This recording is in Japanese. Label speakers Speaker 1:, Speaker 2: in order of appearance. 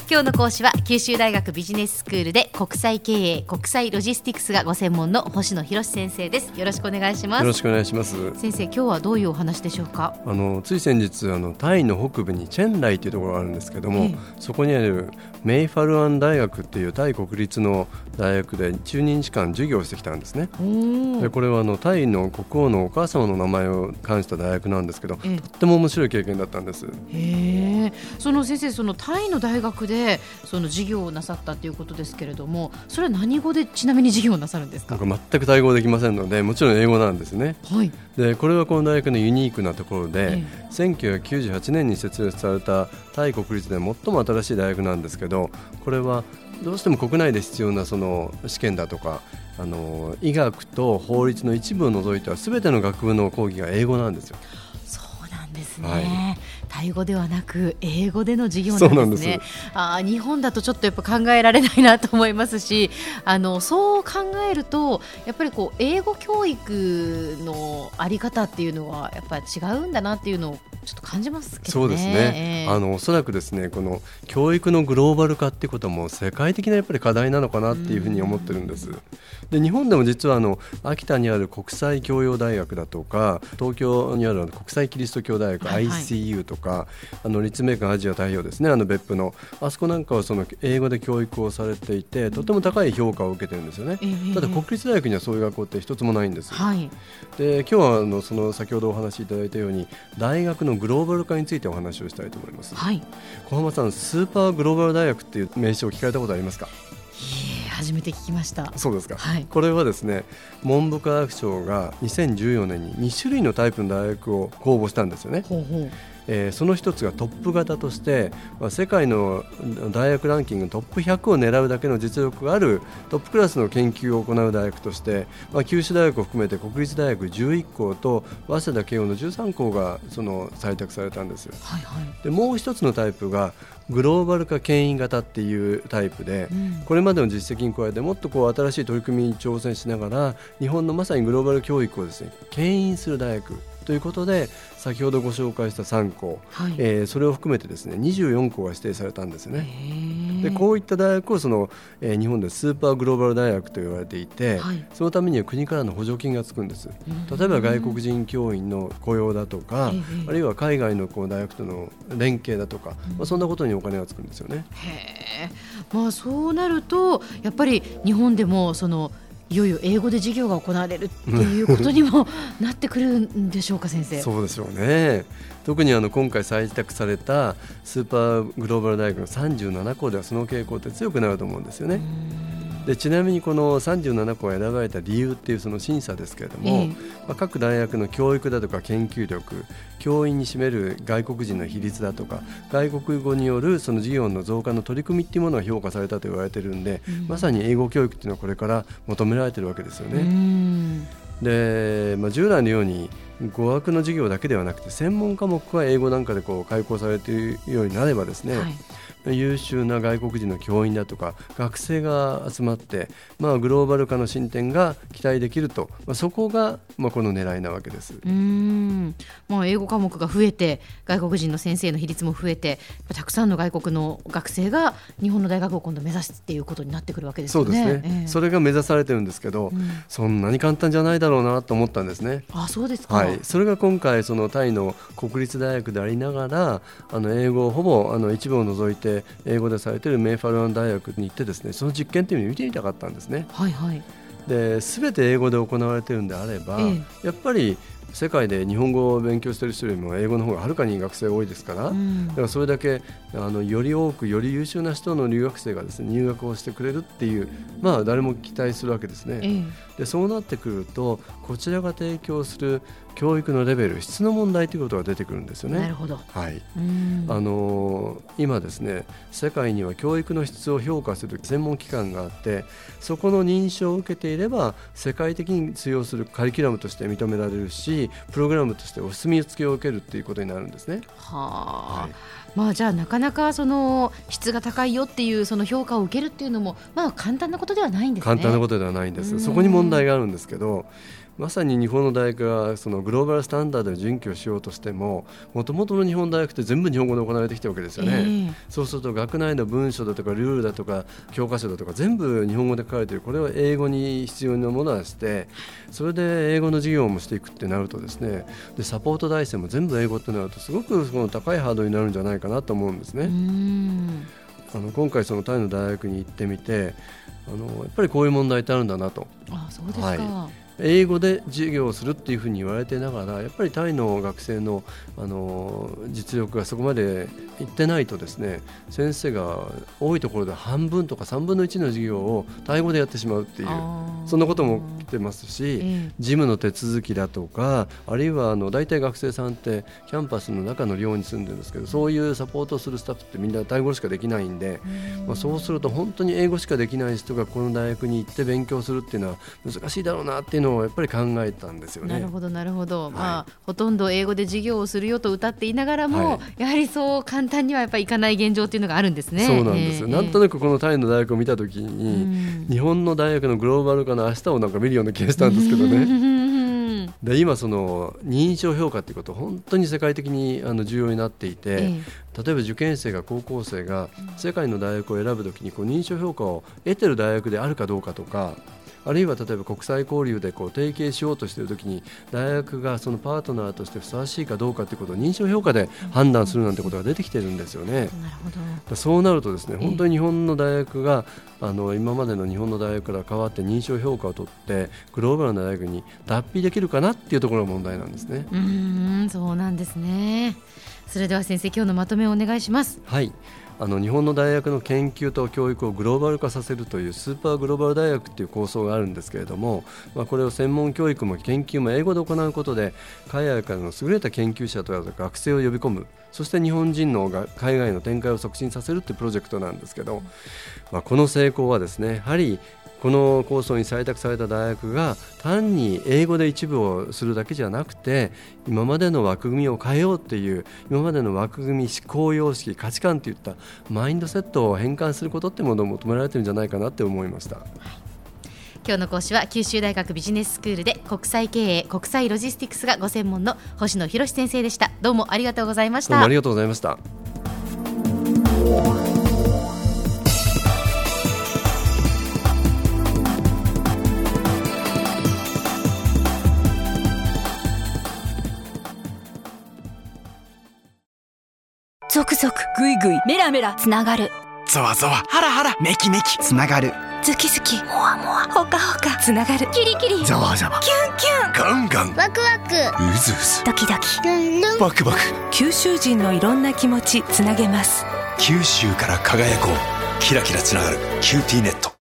Speaker 1: 今日の講師は九州大学ビジネススクールで国際経営国際ロジスティクスがご専門の星野博先生です。よろしくお願いします。
Speaker 2: よろしくお願いします。
Speaker 1: 先生、今日はどういうお話でしょうか？
Speaker 2: つい先日タイの北部にチェンライというところがあるんですけども、そこにあるメイファルアン大学っていうタイ国立の大学で12日間授業をしてきたんですね。でこれはタイの国王のお母様の名前を冠した大学なんですけど、とっても面白い経験だったんです。
Speaker 1: その先生、そのタイの大学でその授業をなさったということですけれども、それは何語でちなみに授業をなさるんですか？
Speaker 2: 全くタイ語できませんので、もちろん英語なんですね。でこれはこの大学のユニークなところで、1998年に設立されたタイ国立で最も新しい大学なんですけど、これはどうしても国内で必要なその試験だとか医学と法律の一部を除いては全ての学部の講義が英語なんですよ。
Speaker 1: そうなんですね。タイ語ではなく英語での授業なんですね。日本だとちょっとやっぱ考えられないなと思いますし、そう考えるとやっぱり英語教育のあり方っていうのはやっぱり違うんだなっていうのをちょっと感じますけどね。
Speaker 2: そうですね。おそらくですね、この教育のグローバル化っていうことも世界的なやっぱり課題なのかなっていうふうに思ってるんです。で日本でも実は秋田にある国際教養大学だとか、東京にある国際キリスト教大学、ICU とか立命館アジア太平洋ですね、別府のあそこなんかはその英語で教育をされていて、とても高い評価を受けてるんですよね。ただ国立大学にはそういう学校って一つもないんです。で今日はその先ほどお話しいただいたように大学のグローバル化についてお話をしたいと思います。小浜さん、スーパーグローバル大学っていう名称を聞かれたことありますか？
Speaker 1: 初めて聞きました。
Speaker 2: そうですか。これはですね、文部科学省が2014年に2種類のタイプの大学を公募したんですよね。その一つがトップ型として、世界の大学ランキングトップ100を狙うだけの実力があるトップクラスの研究を行う大学として、九州大学を含めて国立大学11校と早稲田慶応の13校が採択されたんです。でもう一つのタイプがグローバル化牽引型っていうタイプで、これまでの実績に加えてもっと新しい取り組みに挑戦しながら日本のまさにグローバル教育をですね牽引する大学ということで、先ほどご紹介した3校、それを含めてですね24校が指定されたんですね。でこういった大学を日本でスーパーグローバル大学と言われていて、そのためには国からの補助金がつくんです。例えば外国人教員の雇用だとか、あるいは海外の大学との連携だとか、そんなことにお金がつくんですよね。
Speaker 1: そうなるとやっぱり日本でもいよいよ英語で授業が行われるっていうことにもなってくるんでしょうか？先生。
Speaker 2: そうでしょうね。特に今回採択されたスーパーグローバル大学の37校ではその傾向って強くなると思うんですよね。でちなみにこの37校が選ばれた理由っていうその審査ですけれども、各大学の教育だとか研究力、教員に占める外国人の比率だとか、外国語によるその授業の増加の取り組みっていうものが評価されたと言われているんで、まさに英語教育っていうのはこれから求められているわけですよね。で従来のように語学の授業だけではなくて専門科目が英語なんかで開講されているようになればですね、優秀な外国人の教員だとか学生が集まって、グローバル化の進展が期待できると、そこがこの狙いなわけです。
Speaker 1: 英語科目が増えて外国人の先生の比率も増えて、たくさんの外国の学生が日本の大学を今度目指すっていうことになってくるわけですよね。
Speaker 2: そうですね、それが目指されてるんですけど、そんなに簡単じゃないだろうなと思ったんですね。
Speaker 1: そうですか。
Speaker 2: それが今回タイの国立大学でありながら英語をほぼ一部を除いて英語でされているメイファルアン大学に行ってですね、その実験というのを見てみたかったんですね。で全て英語で行われているんであれば、やっぱり世界で日本語を勉強している人よりも英語の方がはるかに学生多いですから、だからそれだけより多くより優秀な人の留学生がですね入学をしてくれるっていう、誰も期待するわけですね。でそうなってくるとこちらが提供する教育のレベル、質の問題ということが出てくるんですよね。
Speaker 1: なるほど。
Speaker 2: 今ですね世界には教育の質を評価する専門機関があって、そこの認証を受けていれば世界的に通用するカリキュラムとして認められるし、プログラムとしてお墨付きを受けるということになるんですね。
Speaker 1: じゃあなかなか質が高いよっていうその評価を受けるっていうのも簡単なことではないんですね。
Speaker 2: 簡単なことではないんです。そこに問題があるんですけど、 まさに日本の大学がそのグローバルスタンダードで準拠しようとしても、もともとの日本大学って全部日本語で行われてきたわけですよね。そうすると学内の文書だとかルールだとか教科書だとか全部日本語で書かれている。これを英語に必要なものはして、それで英語の授業もしていくってなるとですね、でサポート体制も全部英語ってなるとすごくその高いハードルになるんじゃないかなと思うんですね。今回そのタイの大学に行ってみて、やっぱりこういう問題ってあるんだなと。
Speaker 1: そうですか。
Speaker 2: 英語で授業をするっていうふうに言われてながら、やっぱりタイの学生の、実力がそこまでいってないとですね、先生が多いところで半分とか3分の1の授業をタイ語でやってしまうっていう、そんなことも起きてますし、事務の手続きだとか、あるいは大体学生さんってキャンパスの中の寮に住んでるんですけど、そういうサポートをするスタッフってみんなタイ語しかできないんで、そうすると本当に英語しかできない人がこの大学に行って勉強するっていうのは難しいだろうなっていうのをやっぱり考えたんですよね。
Speaker 1: なるほどなるほど、ほとんど英語で授業をするよと歌っていながらも、やはりそう簡単にはやっぱりいかない現状っていうのがあるんですね。
Speaker 2: そうなんですよ。なんとなくこのタイの大学を見たときに、日本の大学のグローバル化の明日をなんか見るような気がしたんですけどね。で今その認証評価っていうこと本当に世界的に重要になっていて、例えば受験生が高校生が世界の大学を選ぶときに認証評価を得てる大学であるかどうかとか、あるいは例えば国際交流で提携しようとしているときに大学がそのパートナーとしてふさわしいかどうかということを認証評価で判断するなんてことが出てきてるんですよね。そうなるとですね、本当に日本の大学が今までの日本の大学から変わって認証評価を取ってグローバルな大学に脱皮できるかなっていうところが問題なんですね。
Speaker 1: そうなんですね。それでは先生、今日のまとめをお願いします。
Speaker 2: はい、日本の大学の研究と教育をグローバル化させるというスーパーグローバル大学という構想があるんですけれども、これを専門教育も研究も英語で行うことで海外からの優れた研究者と学生を呼び込む、そして日本人の海外の展開を促進させるというプロジェクトなんですけど、この成功はですね、やはりこの構想に採択された大学が単に英語で一部をするだけじゃなくて、今までの枠組みを変えようっていう、今までの枠組み、思考様式、価値観といったマインドセットを変換することってものを求められているんじゃないかなって思いました。
Speaker 1: 今日の講師は九州大学ビジネススクールで国際経営国際ロジスティクスがご専門の星野博先生でした。どうもありがとうございました。
Speaker 2: どうもありがとうございました。
Speaker 3: ゾクゾクグイグイメラメラつながる、
Speaker 4: ゾワゾワハラハラメキメキつながる、
Speaker 3: ズキズキモワモワホカホカつながる、キリキリ
Speaker 4: ザワザワ
Speaker 3: キュンキュン
Speaker 4: ガンガン
Speaker 3: ワクワク
Speaker 4: ウズウズ
Speaker 3: ドキドキルンルン
Speaker 4: バクバク、
Speaker 5: 九州人のいろんな気持ちつなげます。
Speaker 4: 九州から輝こう、キラキラつながるキューティーネット。